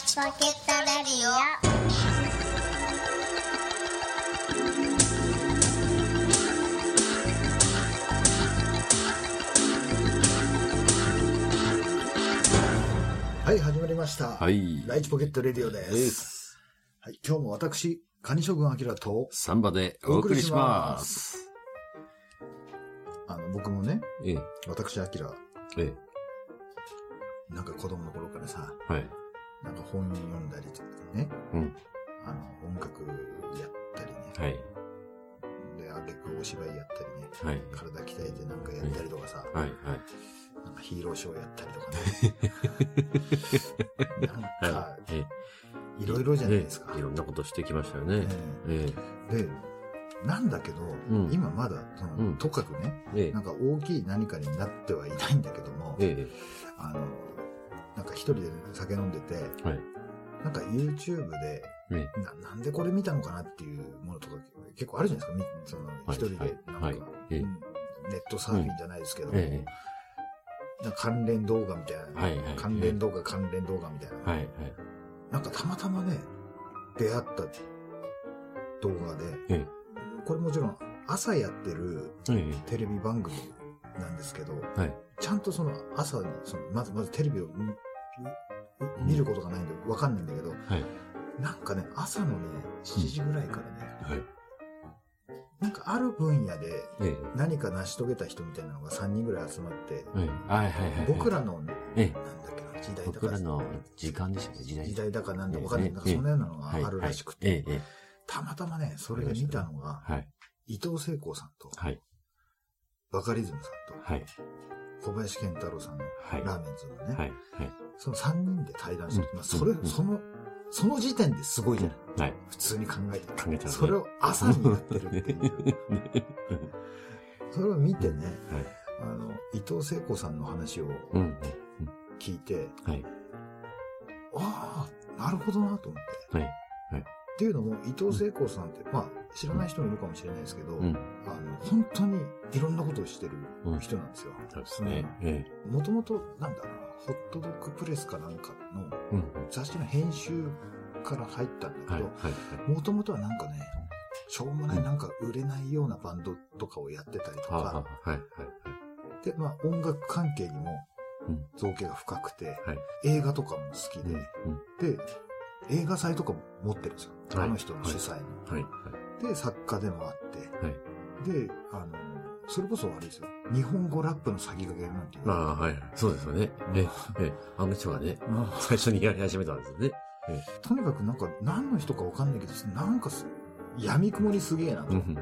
チポケットレディオ。 はい、始まりました。 はい。 ライチポケットレディオです。はい、今日も私、カニ将軍アキラとサンバでお送りします。 僕もね、私アキラ、なんか子供の頃からさ、 はい、 なんか本読んだりね、音楽やったりね、 はい、 で、あげくお芝居やったりね、 はい、 体鍛えてなんかやったりとかさ、 はい、はい、 なんかヒーローショーやったりとかね、なんか、いろいろじゃないですか。 いろんなことしてきましたよね。 で、なんだけど、今まだとかくね、なんか大きい何かになってはいないんだけども、なんか一人で酒飲んでて、なんか YouTube で、なんでこれ見たのかなっていうものとか結構あるじゃないですか。その一人でなんか、ネットサーフィンじゃないですけども、なんか関連動画みたいな、関連動画みたいな、なんかたまたまね、出会った動画で、これもちろん朝やってるテレビ番組なんですけど、ちゃんとその朝にまずテレビを見ることがないんでわかんないんだけど、なんかね、朝のね、7時ぐらいからね、なんかある分野で何か成し遂げた人みたいなのが3人ぐらい集まって、僕らの、なんだっけな、時代だか。 僕らの時間でしたね、 時代だかなんだかわかんない。なんかそんなようなのがあるらしくて、たまたまね、それで見たのが、伊藤聖光さんと、バカリズムさんと、小林健太郎さんのラーメンズのね、その3人で対談して、その時点ですごいじゃない。普通に考えて。それを朝にやってるっていう。それを見てね、伊藤聖子さんの話を聞いて、ああ、なるほどなと思って。っていうのも、伊藤聖子さんって、まあ、知らない人もいるかもしれないですけど、本当にいろんなことをしてる人なんですよ。 そうですね。 もともと、なんだろうな、ホットドッグプレスかなんかの雑誌の編集から入ったんだけど、もともとはなんかね、しょうもないなんか売れないようなバンドとかをやってたりとか、で、まあ音楽関係にも造形が深くて、映画とかも好きで、で、映画祭とかも持ってるんですよ。あの人の主催の。で、作家でもあって、で、それこそあれですよ。日本語ラップの先駆けなんていう。 そうですよね。あの人がね、最初にやり始めたんですよね。 とにかくなんか何の人かわかんないけど、なんか闇雲にすげえなと思って。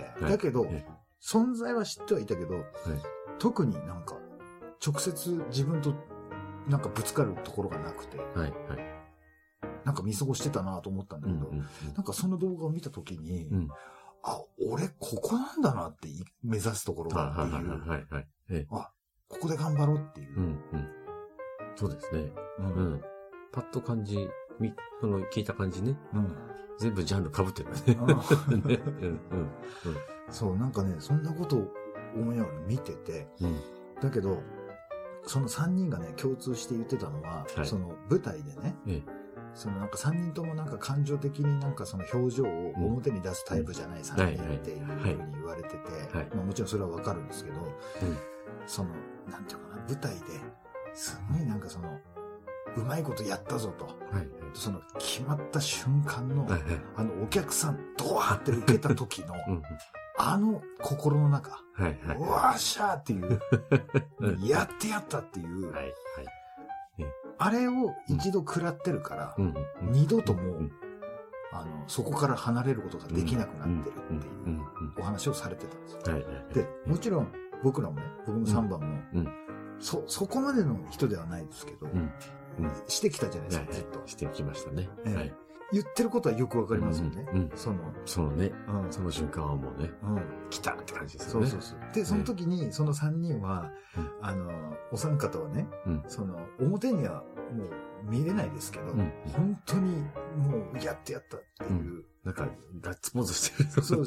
だけど、存在は知ってはいたけど、特になんか直接自分となんかぶつかるところがなくて、なんか見過ごしてたなと思ったんだけど、なんかその動画を見たときに、あ、俺ここなんだなって目指すところがっていう、あ、ここで頑張ろうっていう。 そうですね。パッと聞いた感じね。全部ジャンル被ってるね。 そう、なんかね、そんなことを思いながら見てて、だけど、その3人がね、共通して言ってたのは、その舞台でね、そのなんか3人ともなんか感情的になんかその表情を表に出すタイプじゃない3人っていうふうに言われてて、まあもちろんそれはわかるんですけど、その、なんていうかな、舞台ですごいなんかその、うまいことやったぞと、その決まった瞬間の、お客さんドワーって受けた時の、心の中、うわーしゃーっていう、やってやったっていう、あれを一度食らってるから、二度ともう、そこから離れることができなくなってるっていうお話をされてたんですよ。で、もちろん僕らもね、僕も3番も、そこまでの人ではないですけど、してきたじゃないですか、ずっと。 してきましたね。 言ってることはよくわかりますよね。 そのね、その瞬間はもうね、来たって感じですよね。 そう。で、その時に、その3人は、お三方はね、表にはもう見れないですけど、本当にもうやってやったっていう。 なんか、ガッツポーズしてる。 そう。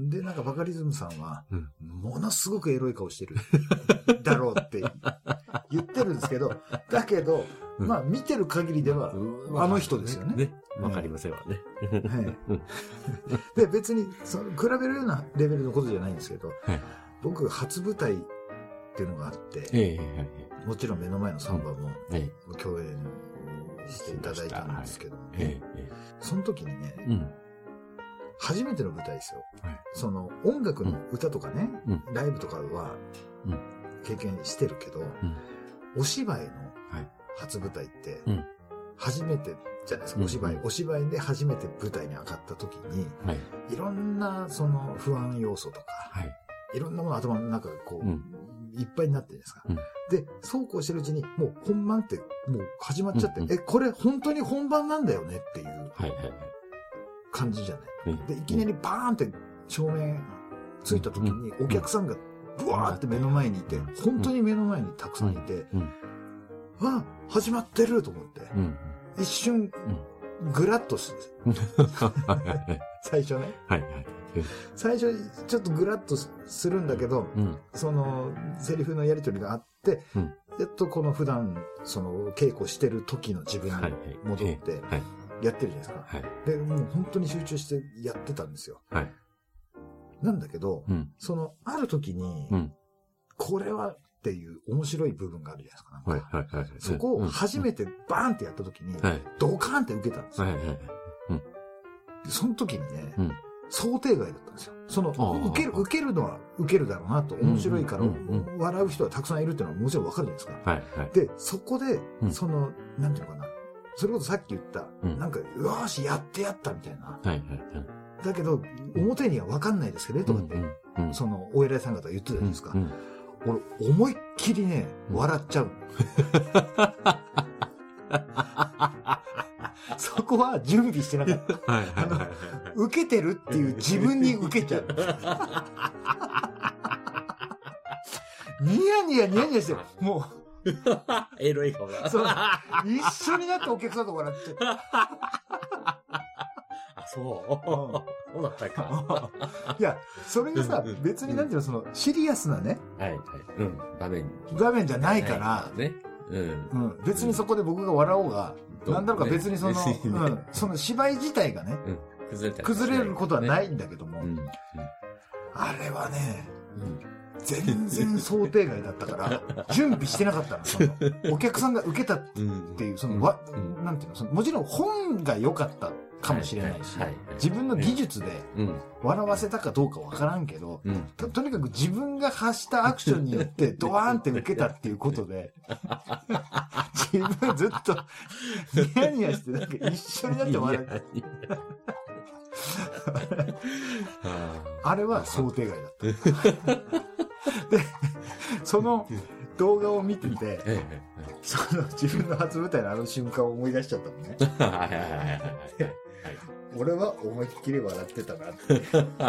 で、なんかバカリズムさんは、ものすごくエロい顔してる。だろうって言ってるんですけど、だけど、まあ見てる限りでは、あの人ですよね。 ね。わかりませんわね。 で、別に、比べるようなレベルのことじゃないんですけど、僕、初舞台っていうのがあって、もちろん目の前のサンバも共演していただいたんですけども、その時にね、初めての舞台ですよ。その音楽の歌とかね、ライブとかは経験してるけど、お芝居の初舞台って初めてじゃないですか。お芝居で初めて舞台に上がった時に、いろんなその不安要素とか、いろんなもの頭の中がこう、いっぱいになってるじゃないですか。で、そうこうしてるうちに、もう本番ってもう始まっちゃって、これ本当に本番なんだよねっていう感じじゃない。で、いきなりバーンって照明ついた時に、お客さんがブワーって目の前にいて、本当に目の前にたくさんいて、あ、始まってると思って、一瞬、ぐらっとする。最初ね。最初、ちょっとぐらっとするんだけど、その、セリフのやりとりがあって、やっとこの普段、その、稽古してる時の自分に戻って、やってるじゃないですか。で、もう本当に集中してやってたんですよ。なんだけど、その、ある時に、これはっていう面白い部分があるじゃないですか。そこを初めてバーンってやった時に、ドカーンって受けたんですよ。その時にね、想定外だったんですよ。その、受けるのは受けるだろうなと、面白いから、笑う人はたくさんいるっていうのはもちろんわかるじゃないですか。で、そこで、その、なんていうのかな。それこそさっき言った、なんか、よーし、やってやったみたいな。だけど、表にはわかんないですけどね、とかって、その、お偉いさん方言ってたじゃないですか。俺、思いっきりね、笑っちゃう。そこは準備してなかった。受けてるっていう自分に受けちゃう。ニヤニヤしてる。もう。 エロい顔だ。 そう。一緒になってお客さんと笑っちゃう。 そうだったか。 いや、それがさ、別になんていうの、その、シリアスなね。場面じゃないから。別にそこで僕が笑おうが、なんだろうか別にその、その芝居自体がね、崩れることはないんだけども、あれはね、全然想定外だったから、準備してなかったの。そのお客さんが受けたっていう、その、なんていうの、その、もちろん本が良かったかもしれないし、自分の技術で笑わせたかどうかわからんけど、とにかく自分が発したアクションによってドワーンって受けたっていうことで、自分ずっとニヤニヤしてなんか一緒になって笑って。あれは想定外だった。で、その動画を見てて、その自分の初舞台のあの瞬間を思い出しちゃったのね。俺は思いっきり笑ってたなって。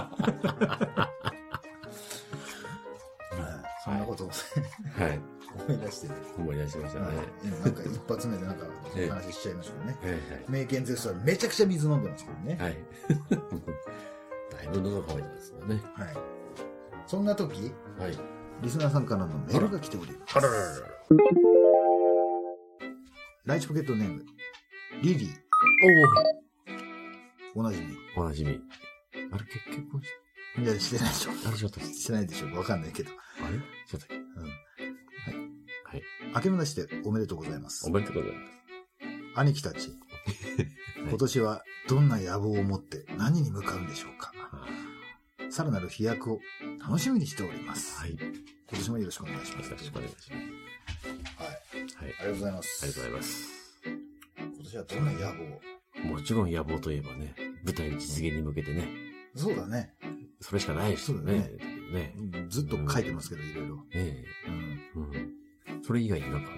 そんなことを思い出してる。 思い出しましたね。 なんか一発目でなんか話しちゃいましたね。名犬ゼスはめちゃくちゃ水飲んでますけどね。 だいぶ喉乾いたですよね。 そんな時、リスナーさんからのメールが来ております。ライチポケットネーム、リリー。おなじみ。 あれ、結婚しいや、してないでしょ。 してないでしょ。わかんないけど。 あれちょっと。 はい。明けましておめでとうございます。 おめでとうございます。 兄貴たち、今年はどんな野望を持って何に向かうんでしょうか。さらなる飛躍を楽しみにしております。今年もよろしくお願いします。 よろしくお願いします。 ありがとうございます。 ありがとうございます。 今年はどんな野望？ もちろん野望といえばね、舞台実現に向けてね。 そうだね。 それしかないですよね。 ずっと書いてますけど、いろいろ。 それ以外になんか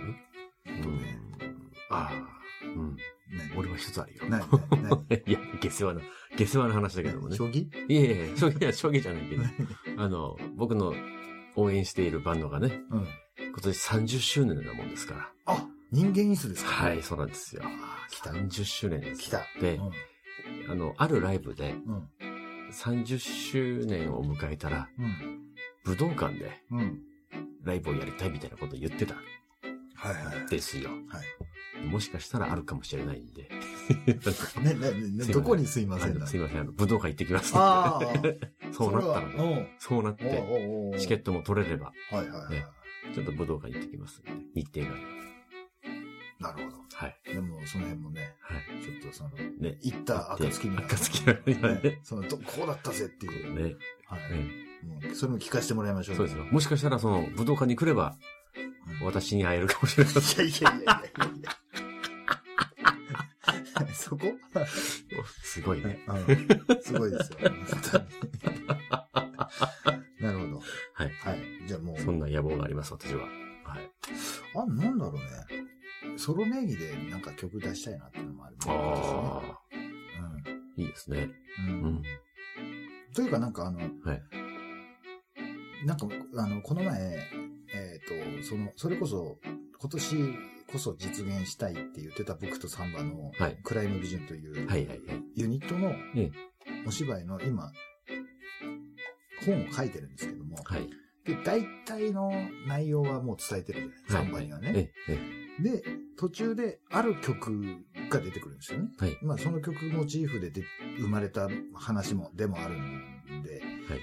俺は一つあるよ。いや、下世話な話だけどもね。 将棋？ いや、将棋じゃないけど。僕の応援しているバンドがね、今年30周年なもんですから。 あ、人間椅子ですか？ はい、そうなんですよ。30周年です。 来た。 で、あるライブで、30周年を迎えたら、武道館で、ライブをやりたいみたいなことを言ってた。 ですよ。はい。もしかしたらあるかもしれないんで。 どこにすいません。 すいません。武道館行ってきます。ああ。そうなったらね。そうなって、チケットも取れれば。はいはい。ちょっと武道館行ってきますんで、日程があります。 なるほど。 はい。 でも、その辺もね、 はい。 ちょっとね、行った暁には。 暁にはね。 こうだったぜっていう。 ね。 はい。もう、それも聞かせてもらいましょう。 そうですよ。もしかしたら、武道館に来れば、私に会えるかもしれない。いや。そこすごいね。 すごいですよ。なるほど。 はい。 はい。じゃあもう。 そんな野望があります、私は。はい。 なんだろうね。ソロ名義でなんか曲出したいなっていうのもある。 ああ。いいですね。 というかなんかはい。 なんかこの前、それこそ今年こそ実現したいって言ってた僕とサンバのクライムビジョンというユニットのお芝居の今本を書いてるんですけども、 はい。 で、大体の内容はもう伝えてるじゃない、サンバにはね。で、途中である曲が出てくるんですよね。 はい。 まあその曲モチーフで生まれた話でもあるんで、 はい。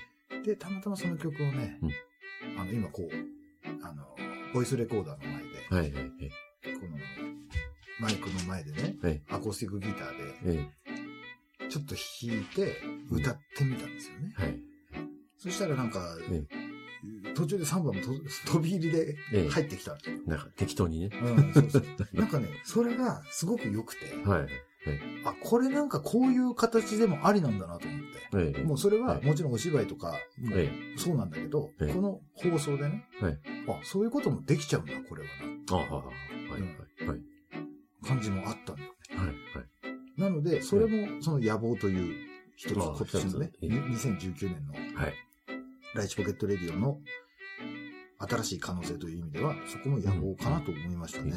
で、たまたまその曲をね、今こう、ボイスレコーダーの前で、このマイクの前でね、アコースティックギターで、ちょっと弾いて歌ってみたんですよね。 はい。 そしたらなんか、途中で3番も飛び入りで入ってきたんですよ。 なんか適当にね。 そう。なんかね、それがすごく良くて、これなんかこういう形でもありなんだなと思って。もうそれはもちろんお芝居とかもそうなんだけど、この放送でね、そういうこともできちゃうんだ、これはな。感じもあったんだよね。なので、それもその野望という一つ、今年のね、2019年のライチポケットレディオの新しい可能性という意味では、そこも野望かなと思いましたね。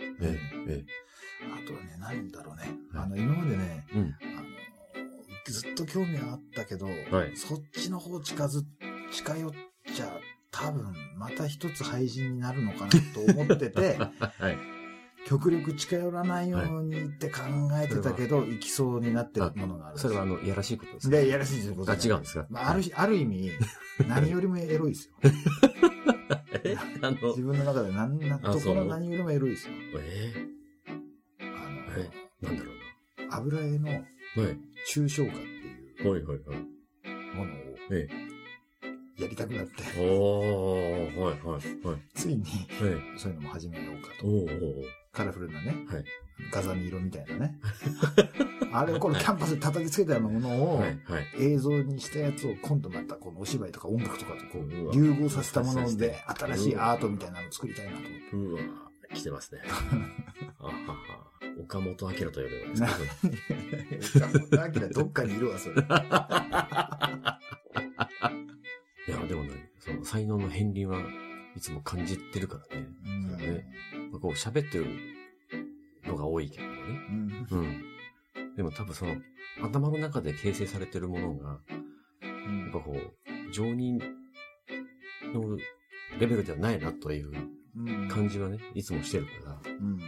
あとはね、なんだろうね。今までね、ずっと興味はあったけど、そっちの方近寄っちゃ、多分、また一つ廃人になるのかなと思ってて、極力近寄らないようにって考えてたけど、行きそうになってるものがある。 それはやらしいことですか？ で、やらしいこと違うんですか？ ある意味、何よりもエロいですよ。自分の中でどこの何よりもエロいですよ。 なんだろうな。油絵の抽象画っていうものをやりたくなって、ついにそういうのも始めようかと。カラフルなね、ガザミ色みたいなね。あれをこのキャンパスで叩きつけたようなものを映像にしたやつを今度またこのお芝居とか音楽とかとこう融合させたもので新しいアートみたいなのを作りたいなと思って。 うわ来てますね。岡本明と呼べばいいですか？ 岡本明どっかにいるわ、それ。 いや、でもね、その才能の片鱗はいつも感じてるからね。こう喋ってるのが多いけどね。でも多分その頭の中で形成されてるものが、やっぱこう、常人のレベルではないなという感じはね、いつもしてるから、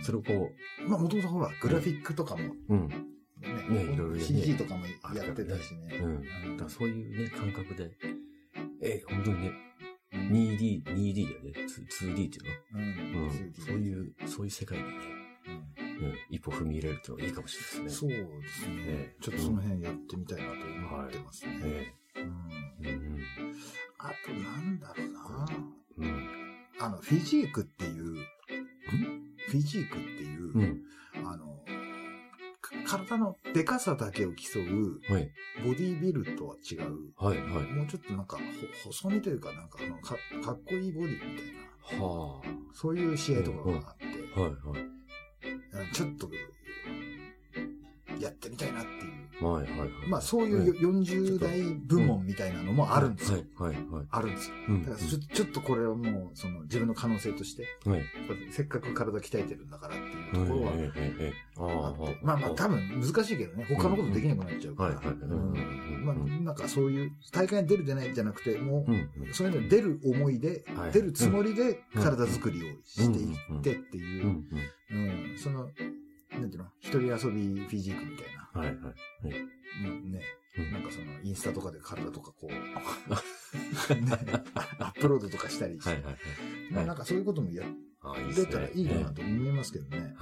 それをこう。まあもともとほら、グラフィックとかも、 ね、いろいろね。 CG とかもやってたしね。 だからそういうね、感覚で、本当にね、2D だよね。2D っていうの？そういう世界にね、一歩踏み入れるっていうのがいいかもしれないですね。 そうですね。ちょっとその辺やってみたいなと思ってますね。あとなんだろうな。フィジークっていう、体のデカさだけを競う、ボディービルとは違う、もうちょっとなんか、細身というか、なんかかっこいいボディみたいな、そういう試合とかがあって、ちょっと、やってみたいなっていうまあそういう40代部門みたいなのもあるんですよ。あるんですよ。だからちょっとこれはもう、自分の可能性として、せっかく体鍛えてるんだからっていうところはあって、まあ多分難しいけどね、他のことできなくなっちゃうから。まあなんかそういう、大会に出る出ないじゃなくて、もう、そういうのに出る思いで、出るつもりで体作りをしていってっていう、なんていうの、一人遊びフィジークみたいな。ね。なんかインスタとかで体とかこう、アップロードとかしたりして。なんかそういうこともやれたらいいかなと思いますけどね。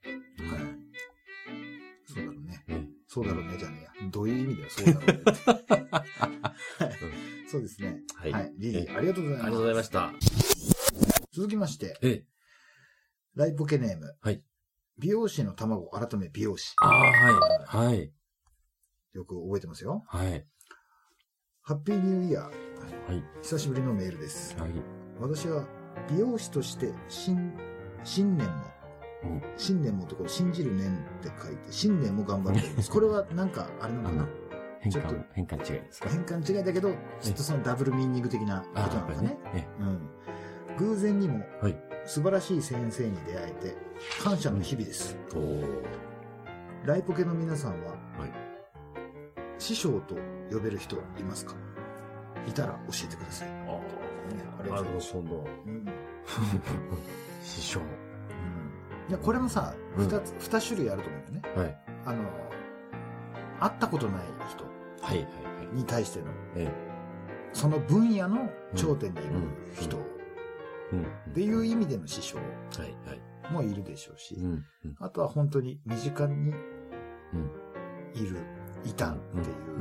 そうだろうね。そうだろうねじゃねえや。どういう意味ではそうだろうねって。そうですね。はい。リリー、ありがとうございます。 ありがとうございました。 続きまして、ライポケネーム。美容師の卵、改め美容師。 はい。 よく覚えてますよ。 はい。 ハッピーニューイヤー。久しぶりのメールです。私は美容師として新年もってこれ信じる年って書いて、新年も頑張っています。これはなんか、あれなのかな変換違いですか？ 変換違いだけど、ちょっとそのダブルミーニング的なことなのかね。偶然にも、素晴らしい先生に出会えて、感謝の日々です。ライポケの皆さんは、師匠と呼べる人いますか？いたら教えてください。ありがとうございます。 師匠。 これもさ、2種類あると思うんだよね。会ったことない人に対しての、その分野の頂点にいる人っていう意味での師匠もいるでしょうし、あとは本当に身近にいたっていう、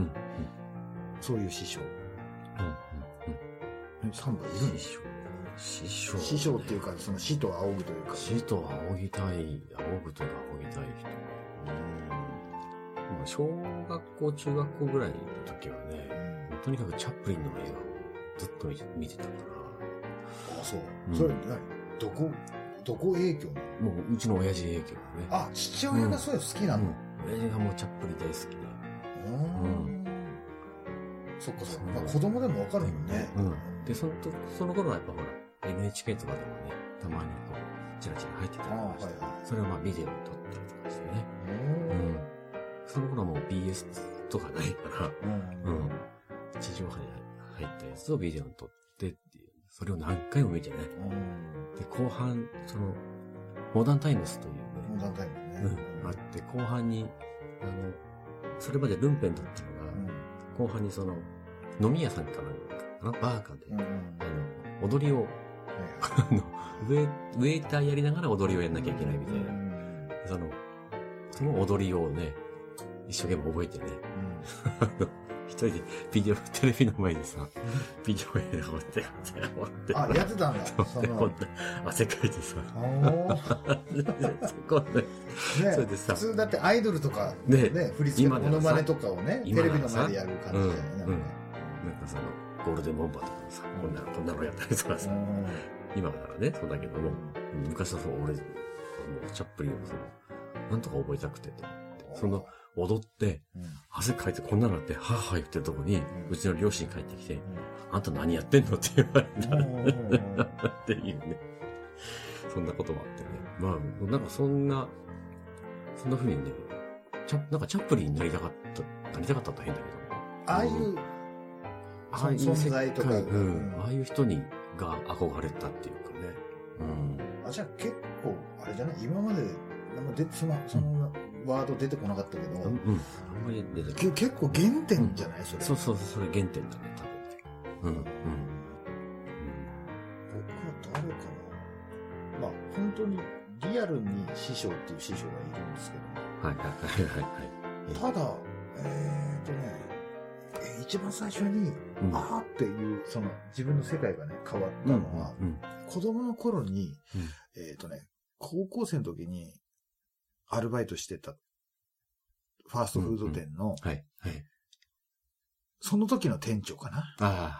そういう師匠。3番いるんでしょう。師匠っていうか、その師と仰ぐというか。 師と仰ぎたい、仰ぐというか仰ぎたい人。小学校、中学校ぐらいの時はね、とにかくチャップリンの映画をずっと見てたから。 そう。それ、どこ影響なの？もう、うちの親父影響だね。父親がそういうの好きなの？ 親父がもうチャップリン大好きで。 そっかそっか。子供でもわかるよね。 で、その頃はやっぱほら、NHK とかでもね、たまにこう、チラチラ入ってたりとかして、それをビデオに撮ったりとかしてね。その頃はもう BS とかないから、地上波で入ったやつをビデオに撮ってっていう、それを何回も見てね。で、後半、モダンタイムスというね。 モダンタイムスね。 あって、後半に、それまでルンペンだったのが、後半に飲み屋さんかな、バーカで、踊りを、ウェイターやりながら踊りをやんなきゃいけないみたいな。その踊りをね、一生懸命覚えてね。一人でテレビの前でさ、ビデオやって、 やってたんだ。 汗かいてさ。それでさ。 普通だってアイドルとか、ね、振り付けのモノマネとかをね、テレビの前でやる感じじゃない？なんかゴールデンボンバーとかさ、こんなのやったりとかさ。今ならね、そうだけども、昔は俺、チャップリンをなんとか覚えたくてと思って。踊って、汗かいてこんなのあって、はぁはぁ言ってるとこに、うちの両親帰ってきて、あんた何やってんのって言われた。っていうね。そんなこともあってね。なんかそんな風にね、なんかチャップリンになりたかったって変だけど。 ああいう存在とか。 ああいう人が憧れたっていうかね。 じゃあ結構、あれじゃない今まで、そのワード出てこなかったけど、あんまり出てこない。結構原点じゃないそれ。 そう、それ原点だね、多分。僕は誰かな。本当にリアルに師匠っていう師匠がいるんですけど。ただ、一番最初に、っていう、自分の世界がね、変わったのは、子供の頃に、高校生の時に、アルバイトしてた、ファーストフード店の、その時の店長かな。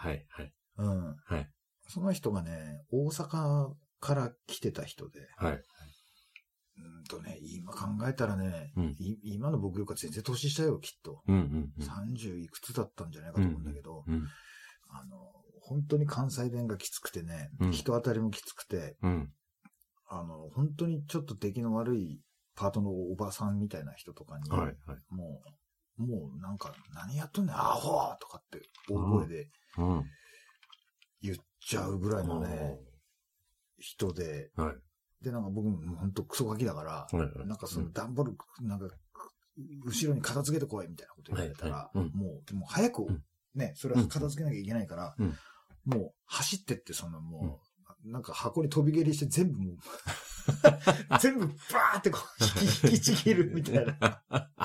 その人がね、大阪から来てた人で、 今考えたらね、今の僕よりか全然年下よ、きっと。30いくつだったんじゃないかと思うんだけど、本当に関西弁がきつくてね、人当たりもきつくて、本当にちょっと出来の悪いパートのおばさんみたいな人とかに、もうなんか、何やっとんねん、アホーとかって大声で言っちゃうぐらいのね、人で、で、なんか僕も本当クソガキだから、なんかその段ボール、なんか、後ろに片付けてこいみたいなこと言われたら、もう早くね、それは片付けなきゃいけないから、もう走ってって、もう、なんか箱に飛び蹴りして全部もう、全部バーってこう引きちぎるみたいな。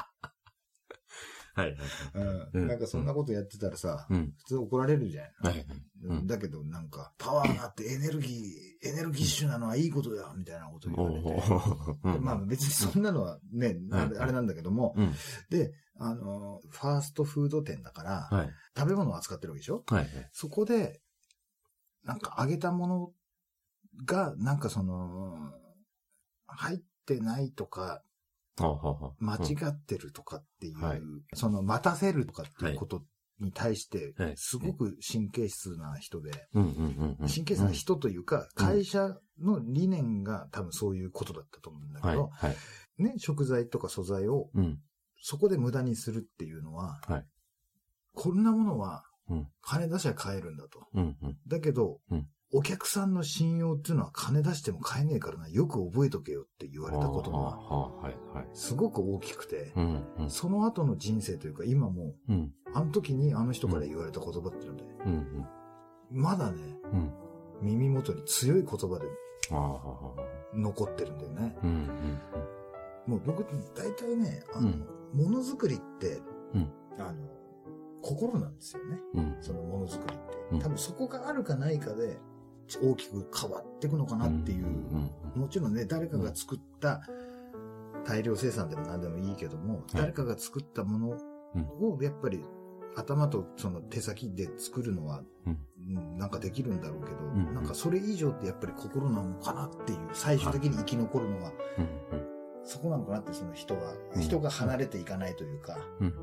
なんかそんなことやってたらさ、普通怒られるじゃん。だけどなんか、パワーがあってエネルギッシュなのはいいことだみたいなこと言われて。まあ別にそんなのはね、あれなんだけども、で、ファーストフード店だから、食べ物を扱ってるわけでしょ。そこで、なんか揚げたものが、なんか入ってないとか、間違ってるとかっていう、待たせるとかっていうことに対して、すごく神経質な人で、神経質な人というか、会社の理念が多分そういうことだったと思うんだけど、ね、食材とか素材を、そこで無駄にするっていうのは、こんなものは、金出しゃ買えるんだと。だけど、お客さんの信用っていうのは金出しても買えねえからな、よく覚えとけよって言われたことが、すごく大きくて、その後の人生というか今も、あの時にあの人から言われた言葉っていうので、まだね、耳元に強い言葉で残ってるんだよね。もう僕、大体ね、ものづくりって、心なんですよね。そのものづくりって。多分そこがあるかないかで、大きく変わっていくのかなっていう、もちろんね、誰かが作った大量生産でも何でもいいけども、誰かが作ったものをやっぱり頭とその手先で作るのは、なんかできるんだろうけど、なんかそれ以上ってやっぱり心なのかなっていう、最終的に生き残るのは、そこなのかなって、その人が離れていかないというか、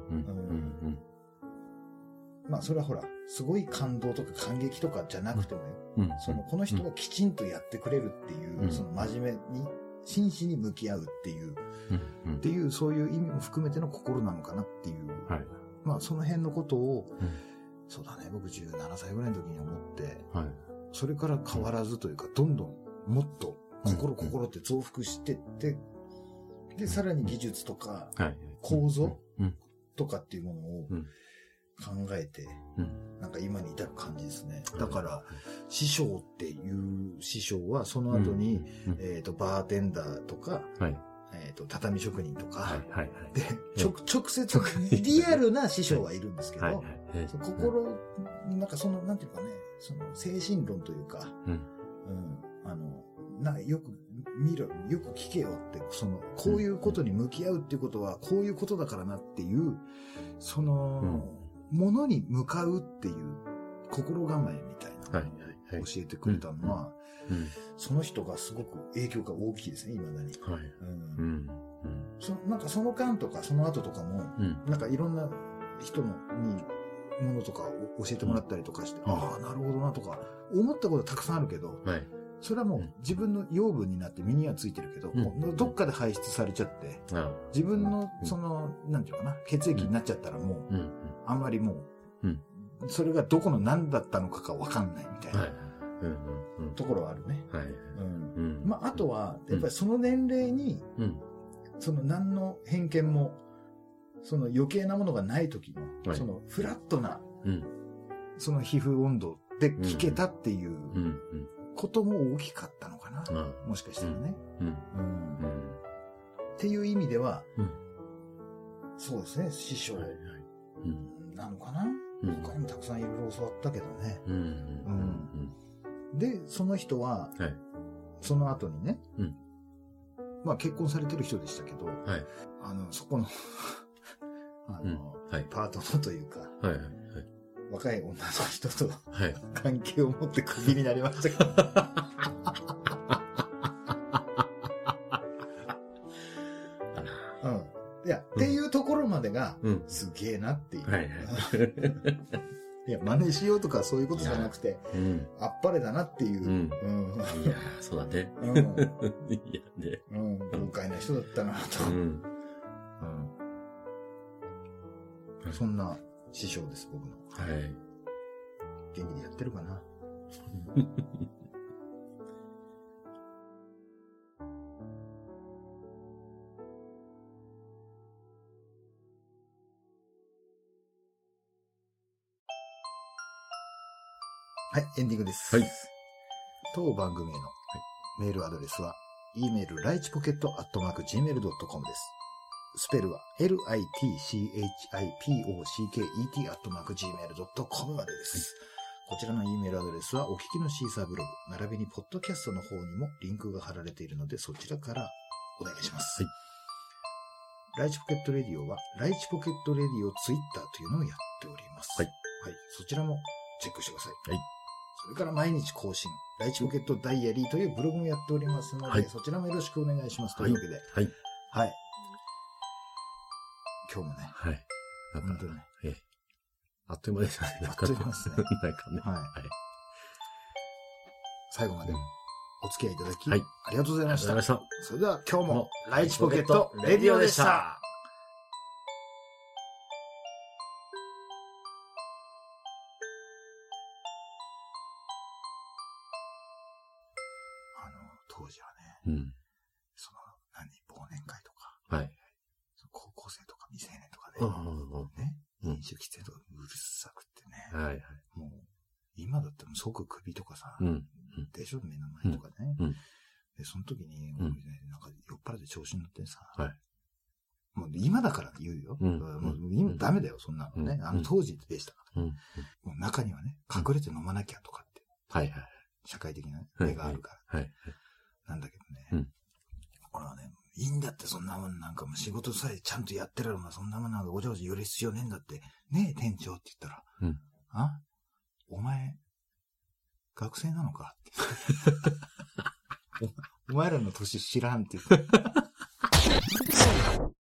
まあそれはほら、すごい感動とか感激とかじゃなくてもよ、この人がきちんとやってくれるっていう、その真面目に、真摯に向き合うっていう、そういう意味も含めての心なのかなっていう、まあその辺のことを、そうだね、僕17歳ぐらいの時に思って、それから変わらずというか、どんどんもっと心って増幅してって、で、さらに技術とか、構造とかっていうものを、考えて、なんか今に至る感じですね。だから、師匠っていう師匠は、その後に、バーテンダーとか、畳職人とか、で、直接、リアルな師匠はいるんですけど、なんかなんていうかね、その精神論というか、よく見ろ、よく聞けよって、こういうことに向き合うっていうことは、こういうことだからなっていう、ものに向かうっていう心構えみたいなのを教えてくれたのは、その人がすごく影響が大きいですね、未だに。なんかその間とかその後とかも、なんかいろんな人にものとかを教えてもらったりとかして、ああ、なるほどなとか、思ったことたくさんあるけど、それはもう自分の養分になって身にはついてるけど、どっかで排出されちゃって、自分のなんていうかな、血液になっちゃったらもう、あんまりもう、それがどこの何だったのかわかんないみたいなところはあるね。まあ、あとは、やっぱりその年齢に、何の偏見も、余計なものがない時の、フラットな、皮膚温度で聞けたっていう、ことも大きかったのかな、もしかしたらね。っていう意味では、そうですね、師匠なのかな。他にもたくさんいろいろ教わったけどね。で、その人は、その後にね、まあ結婚されてる人でしたけど、そこのパートナーというか、若い女の人と関係を持ってクビになりましたけど。 うん。いや、っていうところまでが、すげえなっていう。はいはい。いや、真似しようとかそういうことじゃなくて、あっぱれだなっていう。 いや、そうだね。いやね。 豪快な人だったなと。そんな師匠です、僕の。はい。元気でやってるかな。はい、エンディングです。はい。当番組へのメールアドレスは、e メールライチポケット@gmail.com です。スペルは lightchipocket@gmail.com までです。こちらの E メールアドレスはお聞きのシーサーブログ、並びにポッドキャストの方にもリンクが貼られているので、そちらからお願いします。はい、ライチポケットレディオは、ライチポケットレディオツイッターというのをやっております。はい。はい。そちらもチェックしてください。はい。それから毎日更新、ライチポケットダイアリーというブログもやっておりますので、はい、そちらもよろしくお願いします。というわけで。はい。はい。今日もね。はい。本当にね。 あっという間でしたね。 あっという間ですね。 なんかね。はい。 最後までお付き合いいただき、ありがとうございました。それでは今日もライチポケットレディオでした。当時はね、忘年会とか、はい、高校生とか未成年とかで、ね、飲酒喫煙とかうるさくってね、はいはい、もう今だっても即首とかさ、でしょ、目の前とかね、でその時に、なんか酔っ払って調子に乗ってさ、はい、もう今だから言うよ、もう今ダメだよそんなのね、当時でしたから、もう中にはね隠れて飲まなきゃとかって、はいはい、社会的な目があるから、はいなんだけどね、俺はね、いいんだってそんなもんなんかもう仕事さえちゃんとやってるのそんなもんなんかごちゃごちゃ寄る必要ねえんだって、ねえ店長って言ったら、あお前、学生なのかってお前らの年知らんって言って。